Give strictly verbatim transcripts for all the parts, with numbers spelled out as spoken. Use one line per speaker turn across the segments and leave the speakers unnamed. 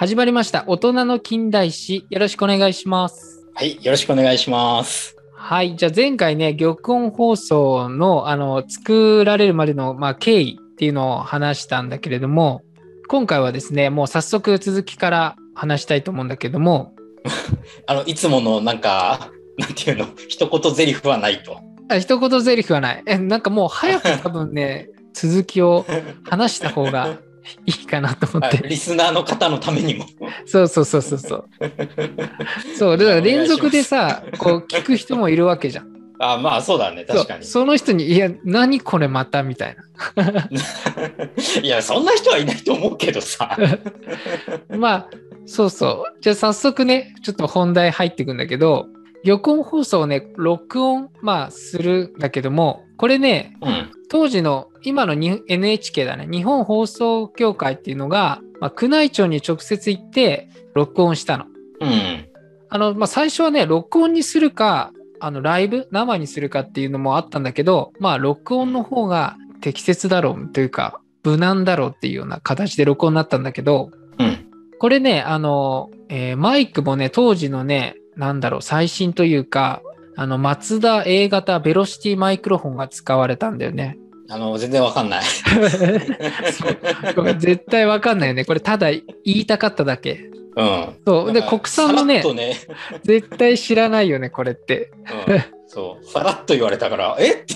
始まりました。大人の近代史。よろしくお願いします。
はい、よろしくお願いします。
はい。じゃあ前回ね、玉音放送の、あの、作られるまでの、まあ、経緯っていうのを話したんだけれども、今回はですね、もう早速続きから話したいと思うんだけども、
あの、いつものなんか、なんていうの、一言ゼリフはないと。
あ一言ゼリフはない。え、なんかもう早く多分ね、続きを話した方がいいかなと思っ
あ、
て。
リスナーの方のためにも。
そうそうそうそうそう。そう。だ
じゃあ、
から
お願
連続
いします。
でさ、こう聞く人もいるわけじゃん。
あ、まあ、そうだね、
そう。
確かに。
その人に、いや、何これまたみたいな。
いや、そんな人はいないと思うけどさ。
まあ、そうそう。じゃあ早速ね、ちょっと本題入っていくんだけど、玉音放送をね、録音、まあ、するんだけども、これね、
うん。
当時の、今のに エヌエイチケー だね、日本放送協会っていうのが、まあ、宮内庁に直接行って録音したの。
うん。
あの、まあ、最初はね、録音にするか、あの、ライブ、生にするかっていうのもあったんだけど、まあ、録音の方が適切だろうというか、無難だろうっていうような形で録音になったんだけど、
うん。
これね、あの、えーマイクもね、当時のね、なんだろう、最新というか、あの、マツダ A 型ベロシティマイクロフォンが使われたんだよね。
あの、全然わかんない。
そう。ごめん、絶対わかんないよね。これただ言いたかっただけ。
うん。
そう。で、
なんか、
国
さら
産のね、
っとね、
絶対知らないよね、これって。
うん。そう、さらっと言われたから、えって。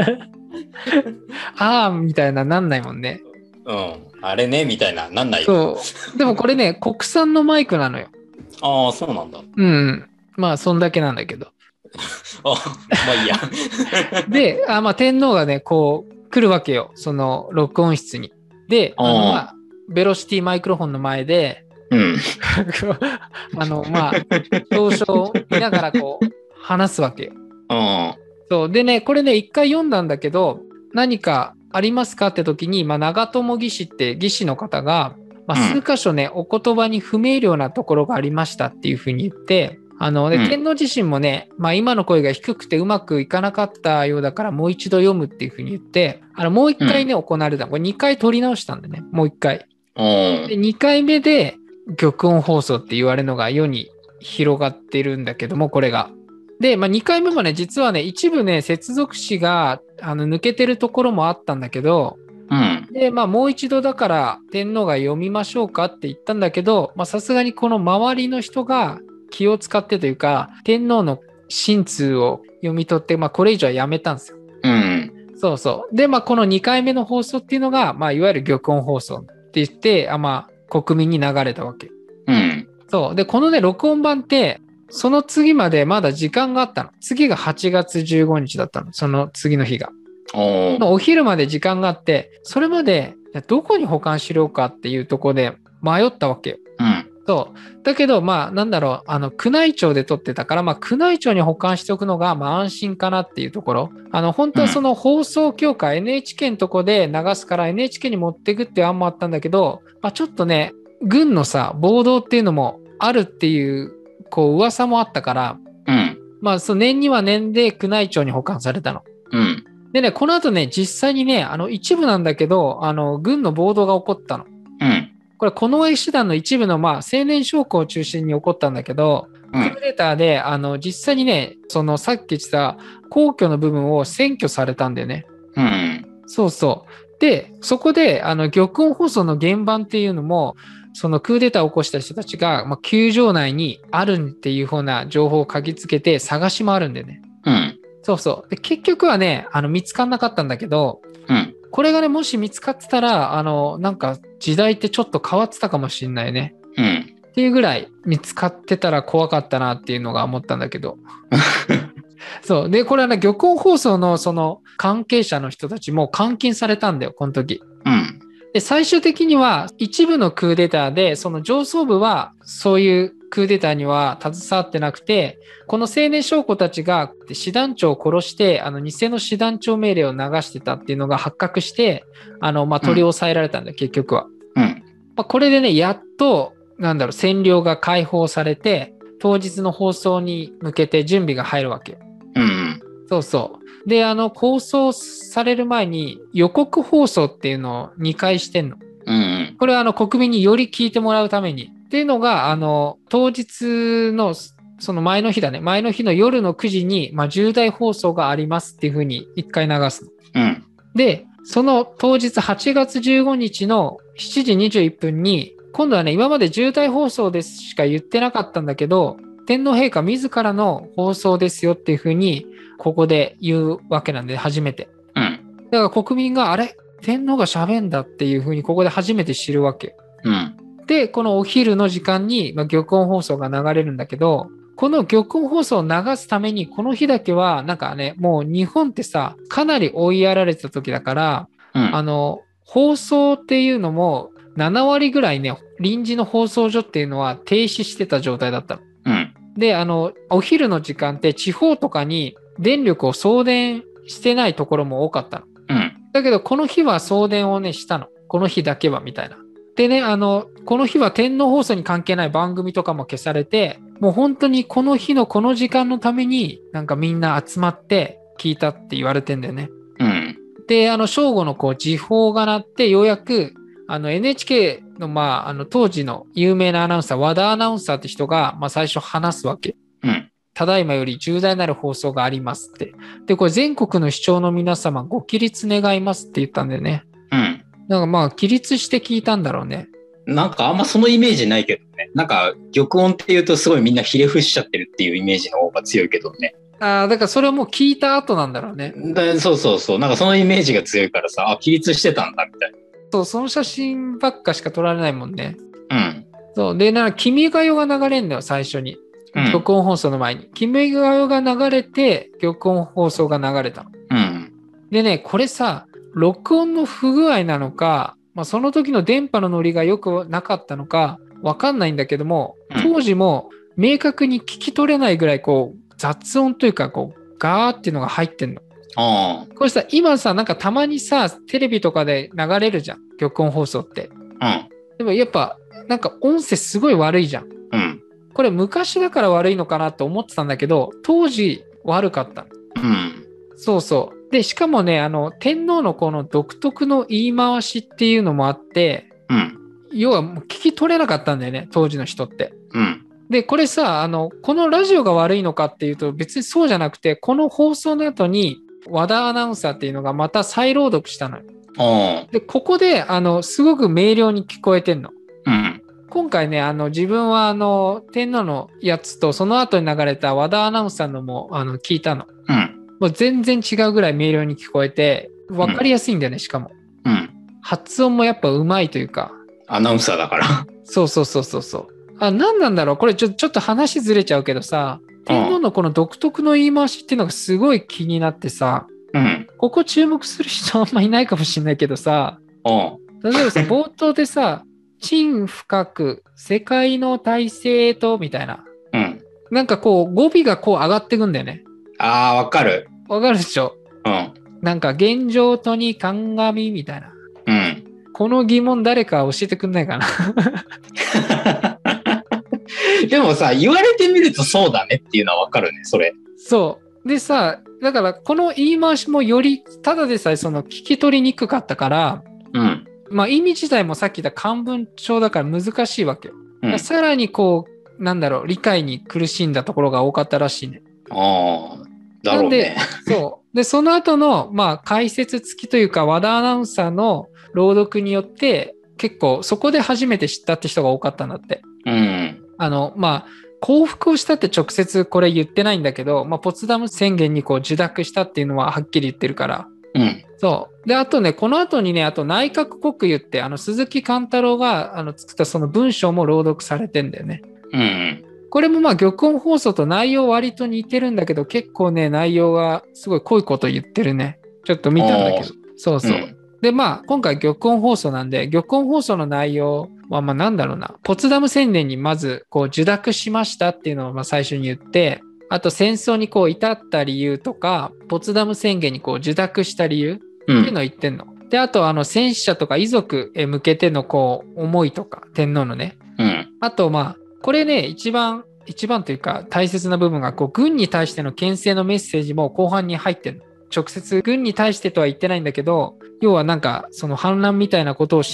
ああ、みたいななんないもんね。
うん。あれね、みたいな、なんないよ。
そう。でもこれね、国産のマイクなのよ。
ああ、そうなんだ。
うん。まあ、そんだけなんだけど。
あ、まあいいや。
で、あまあ、天皇がね、こう、来るわけよ。その、録音室に。で、あの、ま
あ
あ、ベロシティマイクロフォンの前で、
うん。
あの、まあ、表彰を見ながらこう、話すわけよ。
うん
そう。でね、これね、一回読んだんだけど、何かありますかって時に、まあ、長友義士って義士の方が、まあ、数箇所ね、お言葉に不明瞭なところがありましたっていうふうに言って、あの、で、
うん。
天皇自身もね、まあ、今の声が低くてうまくいかなかったようだからもう一度読むっていうふうに言って、あの、もう一回ね、行われた。これにかい取り直したんでね、もう一回。
うん。
で、にかいめで玉音放送って言われるのが世に広がってるんだけども、これが。で、まあ、にかいめもね、実はね、一部ね、接続詞があの抜けてるところもあったんだけど、
うん。
で、まあ、もう一度だから天皇が読みましょうかって言ったんだけど、まあ、さすがにこの周りの人が気を使ってというか、天皇の心通を読み取って、まあ、これ以上はやめたんですよ。
うん。
そうそう。で、まあ、このにかいめの放送っていうのが、まあ、いわゆる玉音放送って言って、あまあ、国民に流れたわけ。
うん。
そう。で、このね、録音版って、その次までまだ時間があったの。次がはちがつじゅうごにちだったの。その次の日が。
おー。
お昼まで時間があって、それまでどこに保管しようかっていうところで迷ったわけよ。
うん。
そう。だけど、まあ、なんだろう、あの、宮内庁で撮ってたから、まあ、宮内庁に保管しておくのが、まあ、安心かなっていうところ。あの、本当はそ
うん。
の放送協会、エヌエイチケー のとこで流すから、エヌエイチケー に持っていくっていう案もあったんだけど、まあ、ちょっとね、軍のさ、暴動っていうのもあるっていう、こう、噂もあったから、
うん。
まあ、その年には年で宮内庁に保管されたの。
うん。
でね、この後ね、実際にね、あの、一部なんだけど、あの、軍の暴動が起こったの。
うん。
これ、近衛師団の一部の、まあ、青年将校を中心に起こったんだけど、
うん。
クーデターで、あの、実際にね、その、さっき言ってた皇居の部分を占拠されたんだよね。
うん。
そうそう。で、そこで、あの、玉音放送の原版っていうのも、そのクーデターを起こした人たちが、まあ、宮城内にあるっていう風な情報を嗅ぎつけて探し回るんだよね。
うん。
そうそう。で、結局はね、あの、見つかんなかったんだけど、
うん。
これがね、もし見つかってたら、あの、なんか時代ってちょっと変わってたかもしんないね。
うん。
っていうぐらい見つかってたら怖かったなっていうのが思ったんだけど。そう。で、これはね、玉音放送のその関係者の人たちも監禁されたんだよ、この時。
うん。
で、最終的には一部のクーデターで、その上層部はそういうクーデターには携わってなくて、この青年将校たちが師団長を殺して、あの偽の師団長命令を流してたっていうのが発覚して、あの、まあ、取り押さえられたんだよ、結局は。
うん。
まあ、これでね、やっと、なんだろう、占領が解放されて、当日の放送に向けて準備が入るわけ。
うん。
そうそう。で、あの、放送される前に予告放送っていうのをにかいしてんの。
うんうん。
これはあの国民により聞いてもらうために。っていうのが、あの、当日の、その前の日だね。前の日の夜のくじに、まあ、重大放送がありますっていうふうに一回流すの。
うん。
で、その当日はちがつじゅうごにちのしちじにじゅういっぷんに、今度はね、今まで重大放送ですしか言ってなかったんだけど、天皇陛下自らの放送ですよっていうふうに、ここで言うわけなんで、初めて。
うん。
だから国民が、あれ天皇が喋んだっていうふうに、ここで初めて知るわけ。
うん。
で、このお昼の時間に、まあ、玉音放送が流れるんだけど、この玉音放送を流すために、この日だけは、なんかね、もう日本ってさ、かなり追いやられてた時だから、
うん。
あの、放送っていうのも、ななわりぐらいね、臨時の放送所っていうのは停止してた状態だったの。
うん。
で、あの、お昼の時間って地方とかに電力を送電してないところも多かったの。
うん。
だけど、この日は送電をね、したの。この日だけは、みたいな。でね、あの、この日は天皇放送に関係ない番組とかも消されて、もう本当にこの日のこの時間のために、なんかみんな集まって聞いたって言われてんだよね。
うん。
で、あの、正午のこう、時報が鳴って、ようやく、あの、エヌエイチケー の、まあ、あの、当時の有名なアナウンサー、和田アナウンサーって人が、まあ、最初話すわけ。
うん。
ただいまより重大なる放送がありますって。で、これ全国の視聴の皆様、ご起立願いますって言ったんだよね。
うん。
なんかまあ、起立して聞いたんだろうね。
なんかあんまそのイメージないけどね。なんか玉音っていうとすごいみんなひれ伏しちゃってるっていうイメージの方が強いけどね。
ああ、だからそれはもう聞いた後なんだろうね。
だそうそうそう。なんかそのイメージが強いからさ、あ、起立してたんだみたい
そう、その写真ばっかしか撮られないもんね。
な。
そう。で、なんか、君が代が流れんだよ、最初に。
うん。
玉音放送の前に。君が代が流れて、玉音放送が流れたの。
うん。
でね、これさ、録音の不具合なのか、まあ、その時の電波の乗りが良くなかったのか、わかんないんだけども、当時も明確に聞き取れないぐらい、こう、雑音というか、こう、ガーっていうのが入ってんの。
あ
これさ、今さ、なんかたまにさ、テレビとかで流れるじゃん。玉音放送って。
あ。
でもやっぱ、なんか音声すごい悪いじゃん。
うん。うん。
これ昔だから悪いのかなと思ってたんだけど、当時悪かった。
うん。
そうそう。で、しかもね、あの、天皇のこの独特の言い回しっていうのもあって、
うん。
要はもう聞き取れなかったんだよね、当時の人って。
うん。
で、これさ、あの、このラジオが悪いのかっていうと別にそうじゃなくて、この放送の後に和田アナウンサーっていうのがまた再朗読したのよ。
ああ。
で、ここで、あの、すごく明瞭に聞こえてんの。
うん。
今回ね、あの、自分はあの、天皇のやつとその後に流れた和田アナウンサーのも、あの、聞いたの。
うん。
もう全然違うぐらい明瞭に聞こえて、わかりやすいんだよね、しかも。
うん。
発音もやっぱうまいというか。
アナウンサーだから。
そうそうそうそうそう。あ、何なんだろうこれちょ、ちょっと話ずれちゃうけどさ、天皇のこの独特の言い回しっていうのがすごい気になってさ、
うん。
ここ注目する人あんまいないかもしれないけどさ、
あ
例えばさ、冒頭でさ、陳深く世界の体制とみたいな。
あ。うん。
なんかこう語尾がこう上がってくんだよね。
ああ、わかる。
わかるでしょ？
うん。
なんか現状とに鑑みたいな。
うん。
この疑問誰か教えてくんないかな。
でもさ、言われてみるとそうだねっていうのはわかるね、それ。
そう。でさ、だからこの言い回しもよりただでさえその聞き取りにくかったから、
うん。
まあ意味自体もさっき言った漢文帳だから難しいわけよ。
うん、
さらにこう、なんだろう、理解に苦しんだところが多かったらしいね。
ああ、だろうね。
そう。で、その後の、まあ解説付きというか和田アナウンサーの朗読によって結構そこで初めて知ったって人が多かったんだって。
うん。
あの、まあ、降伏をしたって直接これ言ってないんだけど、まあ、ポツダム宣言にこう受諾したっていうのははっきり言ってるから。
うん。
そう。で、あとね、この後にね、あと内閣国有って、あの、鈴木貫太郎があの作ったその文章も朗読されてんだよね。
うん。
これもまあ、玉音放送と内容割と似てるんだけど、結構ね、内容がすごい濃いこと言ってるね。ちょっと見たんだけど。そうそう。うん、で、まあ、今回玉音放送なんで、玉音放送の内容は、まあなんだろうな、ポツダム宣言にまず、こう、受諾しましたっていうのをまあ最初に言って、あと戦争にこう至った理由とか、ポツダム宣言にこう受諾した理由っていうのを言ってんの。うん、で、あとあの戦死者とか遺族へ向けてのこう思いとか、天皇のね。
うん、
あとまあ、これね、一番、一番というか大切な部分が、こう軍に対しての牽制のメッセージも後半に入ってるの。直接軍に対してとは言ってないんだけど、要はなんかその反乱みたいなことをしない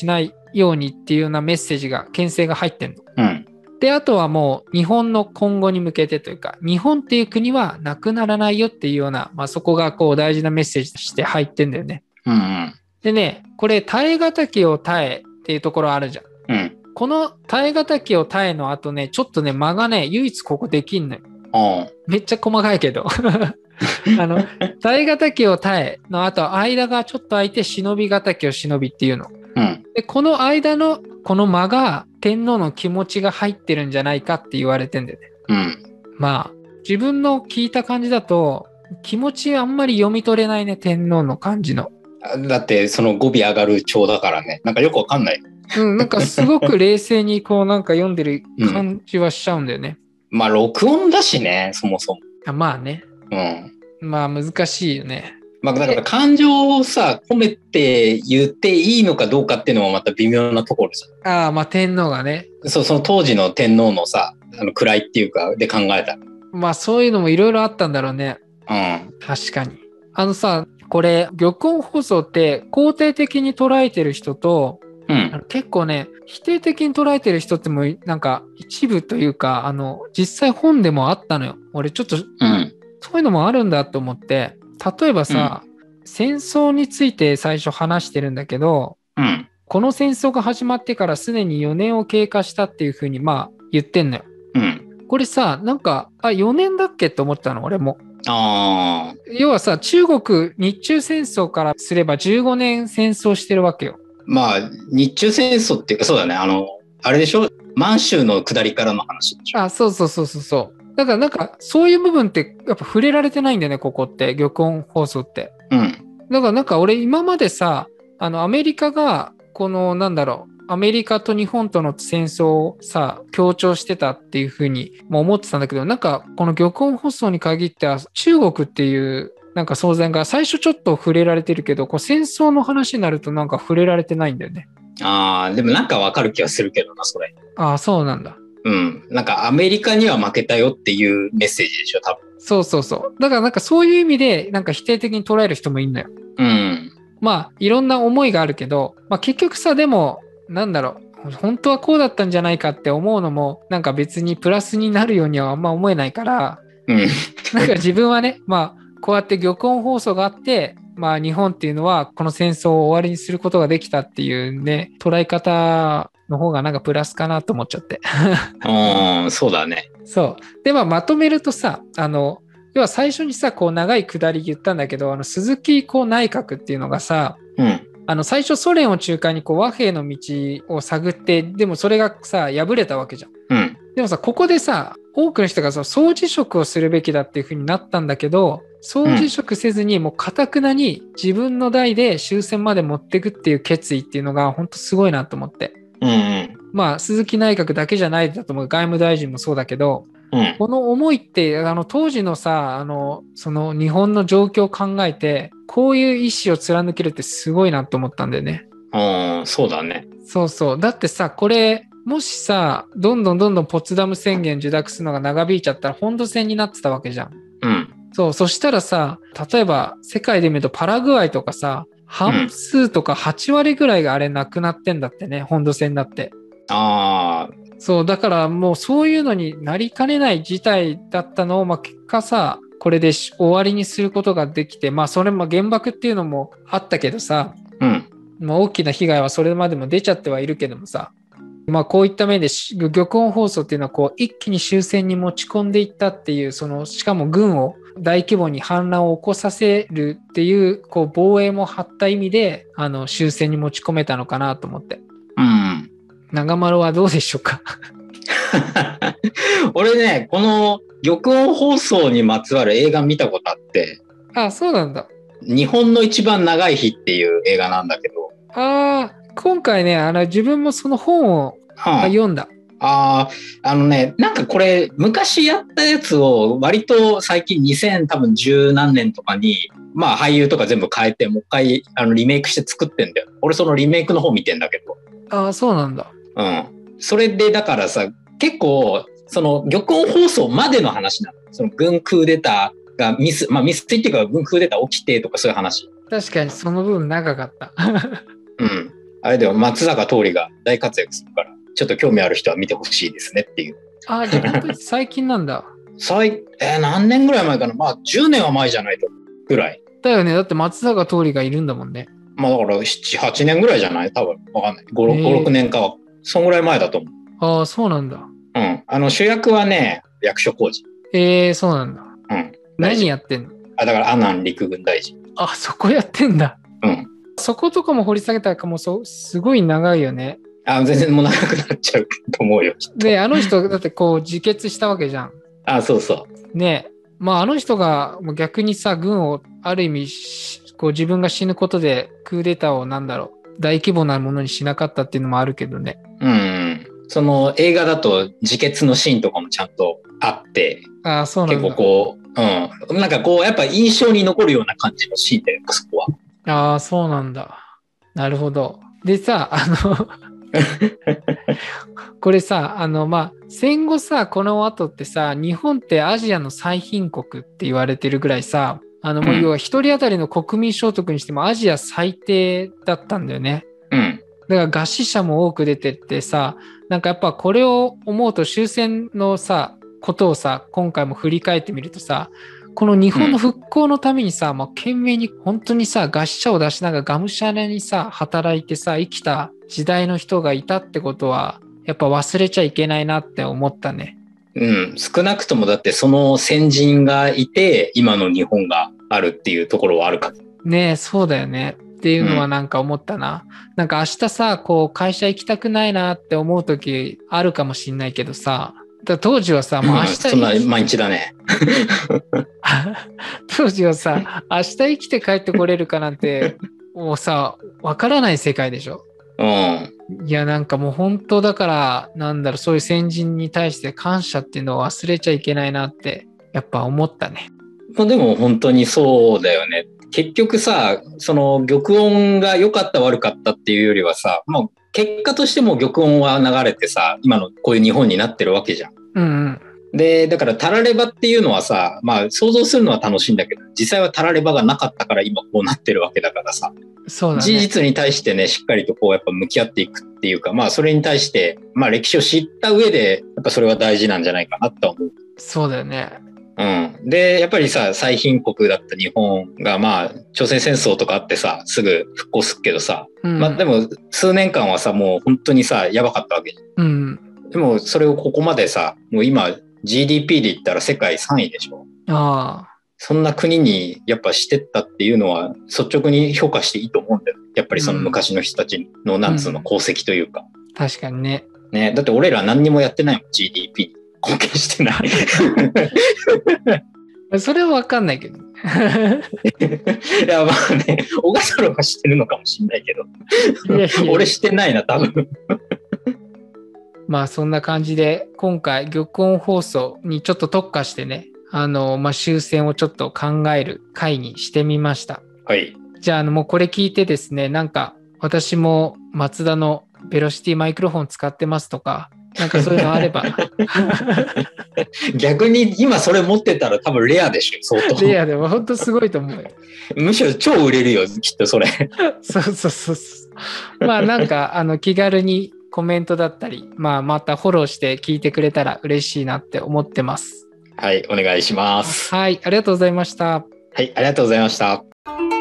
ようにっていうようなメッセージが、牽制が入ってんの。
うん。
で、あとはもう日本の今後に向けてというか、日本っていう国はなくならないよっていうような、まあそこがこう大事なメッセージとして入ってんだよね。
うんうん。
でね、これ、耐え難きを耐えっていうところあるじゃん。
うん。
この耐え難きを耐えの後ね、ちょっとね、間がね、唯一ここできんのよ。
ああ。
めっちゃ細かいけど。あの、耐え難きを耐えの後、間がちょっと空いて、忍び難きを忍びっていうの。
うん。
で、この間の、この間が天皇の気持ちが入ってるんじゃないかって言われてんだよね。
うん。
まあ、自分の聞いた感じだと、気持ちあんまり読み取れないね、天皇の感じの。
だってその語尾上がる調だからね。なんかよくわかんない。
うん、なんかすごく冷静にこうなんか読んでる感じはしちゃうんだよね。
うん、まあ録音だしね、そもそも。
あまあね。
うん。
まあ難しいよね。
まあだから感情をさ、込めて言っていいのかどうかっていうのもまた微妙なところじゃん。
ああ、まあ天皇がね。
そう、その当時の天皇のさ、あの位っていうかで考えたら。
まあそういうのもいろいろあったんだろうね。
うん。
確かに。あのさ、これ、玉音放送って肯定的に捉えてる人と、
うん、
結構ね、否定的に捉えてる人ってもうなんか一部というか、あの、実際本でもあったのよ。俺ちょっと、
うん、
そういうのもあるんだと思って、例えばさ、うん、戦争について最初話してるんだけど、
うん、
この戦争が始まってからすでによねんを経過したっていうふうにまあ言ってんのよ。
うん、
これさ、なんか、あ、よねんだっけって思ったの、俺も。
ああ。
要はさ、中国、日中戦争からすればじゅうごねん戦争してるわけよ。
まあ、日中戦争っていうか、そうだね。あの、あれでしょ、満州の下りからの話でしょ。
あ、そうそうそうそうそう。だからなんか、そういう部分ってやっぱ触れられてないんだよね、ここって、玉音放送って。
うん。
だからなんか俺今までさ、あの、アメリカが、この、なんだろう、アメリカと日本との戦争をさ、強調してたっていうふうにも思ってたんだけど、なんか、この玉音放送に限っては、中国っていう、なんか騒然が最初ちょっと触れられてるけど、こう戦争の話になるとなんか触れられてないんだよね。
ああ、でもなんかわかる気がするけどな、それ。
ああ、そうなんだ。
うん。なんかアメリカには負けたよっていうメッセージでしょ、多分。
そうそうそう。だからなんかそういう意味で、なんか否定的に捉える人もいるんだよ。
うん。
まあ、いろんな思いがあるけど、まあ結局さ、でも、なんだろう、本当はこうだったんじゃないかって思うのも、なんか別にプラスになるようにはあんま思えないから、
うん。
なんか自分はね、まあ、こうやって玉音放送があって、まあ日本っていうのはこの戦争を終わりにすることができたっていうね、捉え方の方がなんかプラスかなと思っちゃって。
うん、そうだね。
そう。で、まあまとめるとさ、あの、要は最初にさ、こう長い下り言ったんだけど、あの鈴木こう内閣っていうのがさ、
うん。
あの最初ソ連を中間にこう和平の道を探って、でもそれがさ、破れたわけじゃん。
うん。
でもさ、ここでさ、多くの人がその総辞職をするべきだっていう風になったんだけど、総辞職せずにもう堅くなに自分の代で終戦まで持っていくっていう決意っていうのが本当すごいなと思って。
うんうん。
まあ、鈴木内閣だけじゃないだと思う。外務大臣もそうだけど、
うん。
この思いって、あの、当時のさ、あの、その日本の状況を考えて、こういう意思を貫けるってすごいなと思ったんだよね。
ああ、そうだね。
そうそう。だってさ、これ、もしさ、どんどんどんどんポツダム宣言受諾するのが長引いちゃったら本土戦になってたわけじゃん。
うん。
そう、そしたらさ、例えば世界で見るとパラグアイとかさ、半数とかはち割ぐらいがあれなくなってんだってね、本土戦になって。
ああ。
そう、だからもうそういうのになりかねない事態だったのを、まあ結果さ、これで終わりにすることができて、まあそれも原爆っていうのもあったけどさ、
うん。
まあ大きな被害はそれまでも出ちゃってはいるけどもさ、まあこういった面で玉音放送っていうのはこう一気に終戦に持ち込んでいったっていう、そのしかも軍を大規模に反乱を起こさせるっていうこう防衛も張った意味であの終戦に持ち込めたのかなと思って。
うん。
長丸はどうでしょうか。
俺ね、この玉音放送にまつわる映画見たことあって。
あ、そうなんだ。
日本の一番長い日っていう映画なんだけど。
ああ、今回ね、あの自分もその本を、
はあ、
読んだ。
ああ、あのね、なんかこれ昔やったやつを割と最近にせん多分十何年とかに、まあ俳優とか全部変えてもう一回あのリメイクして作ってんだよ。俺そのリメイクの方見てんだけど。
ああ、そうなんだ。
うん。それでだからさ、結構その玉音放送までの話なの。その軍クーデターがミス、まあミスっていうか軍クーデター起きてとかそういう話。
確かにその分長かった。
うん。 あれでも松坂桃李が大活躍するから、ちょっと興味ある人は見てほしいですねっていう。
あ、じゃあ本当に最近なんだ。
最、えー何年ぐらい前かな。まあじゅうねんは前じゃないとぐらい。
だよね。だって松坂桃李がいるんだもんね。
まあだからなな、はちねんぐらいじゃない多分。わかんない。ご、ろくねんかは。そんぐらい前だと思う。
ああ、そうなんだ。
うん。あの主役はね、役所広司。
ええー、そうなんだ。
うん。
何やってんの？
あ、だから阿南陸軍大臣。
あ、そこやってんだ。
うん。
そことかも掘り下げたらもうそすごい長いよね。
あ、全然もう長くなっちゃうと思うよ。
で、あの人だってこう自決したわけじゃん。
あ、そうそ
う。ねえ。まああの人がもう逆にさ、軍をある意味こう自分が死ぬことでクーデターをなんだろう、大規模なものにしなかったっていうのもあるけどね。
う。うん。その映画だと自決のシーンとかもちゃんとあって、
ああ、そうなんだ。
結構こう、うん。なんかこう、やっぱ印象に残るような感じのシーンだよ、そこは。
ああ、そうなんだ。なるほど。でさ、あの、これさ、あの、まあ、戦後さ、この後ってさ、日本ってアジアの最貧国って言われてるぐらいさ、あの、もう要は一人当たりの国民所得にしてもアジア最低だったんだよね。
うん。
だから餓死者も多く出てってさ、なんかやっぱこれを思うと終戦のさ、ことをさ、今回も振り返ってみるとさ、この日本の復興のためにさ、うん、まあ、懸命に本当にさ、餓死者を出しながらがむしゃらにさ、働いてさ、生きた時代の人がいたってことは、やっぱ忘れちゃいけないなって思ったね。
うん、少なくともだってその先人がいて、今の日本があるっていうところはあるか
ら。ねえ、そうだよね。っていうのはなんか思ったな。うん、なんか明日さ、こう会社行きたくないなって思う時あるかもしんないけどさ、だ当時はさ、もう明日、うん、
そんな毎日だね。
当時はさ、明日生きて帰ってこれるかなんて、もうさ、わからない世界でしょ。
うん。
いや、なんかもう本当だから、なんだろう、そういう先人に対して感謝っていうのを忘れちゃいけないなって、やっぱ思ったね。
まあでも本当にそうだよね。結局さ、その玉音が良かった悪かったっていうよりはさ、もう結果としても玉音は流れてさ、今のこういう日本になってるわけじゃん。
うんうん。
で、だからタラレバっていうのはさ、まあ想像するのは楽しいんだけど、実際はタラレバがなかったから今こうなってるわけだからさ。
そうだね。
事実に対してね、しっかりとこうやっぱ向き合っていくっていうか、まあそれに対して、まあ歴史を知った上で、やっぱそれは大事なんじゃないかなと思う。
そうだよね。
うん。で、やっぱりさ、最貧国だった日本が、まあ、朝鮮戦争とかあってさ、すぐ復興するけどさ、うん、まあでも数年間はさ、もう本当にさ、やばかったわけじゃん。
うん。
でもそれをここまでさ、もう今 ジーディーピー で言ったら世界さんいでしょ。
ああ。
そんな国にやっぱしてったっていうのは率直に評価していいと思うんだよ。やっぱりその昔の人たちの、うん、なんつうの功績というか。
確かにね。ね、
だって俺ら何にもやってないもん、ジーディーピー に。貢献してない
それは分かんないけどい
やまあね、小笠原はしてるのかもしれないけどいやいや俺してないな多分
まあそんな感じで今回玉音放送にちょっと特化してね、あのまあ終戦をちょっと考える回にしてみました。
はい。
じゃあ、あのもうこれ聞いてですね、なんか私も松田のベロシティマイクロフォン使ってますとか、なんかそういうのあれば
逆に今それ持ってたら多分レアでしょ、相当。
レアでも本当すごいと思うよ。
むしろ超売れるよ、きっとそれ。
そうそうそうそう。まあなんかあの気軽にコメントだったり、まあまたフォローして聞いてくれたら嬉しいなって思ってます。
はい、お願いします。
はい、ありがとうございました。
はい、ありがとうございました。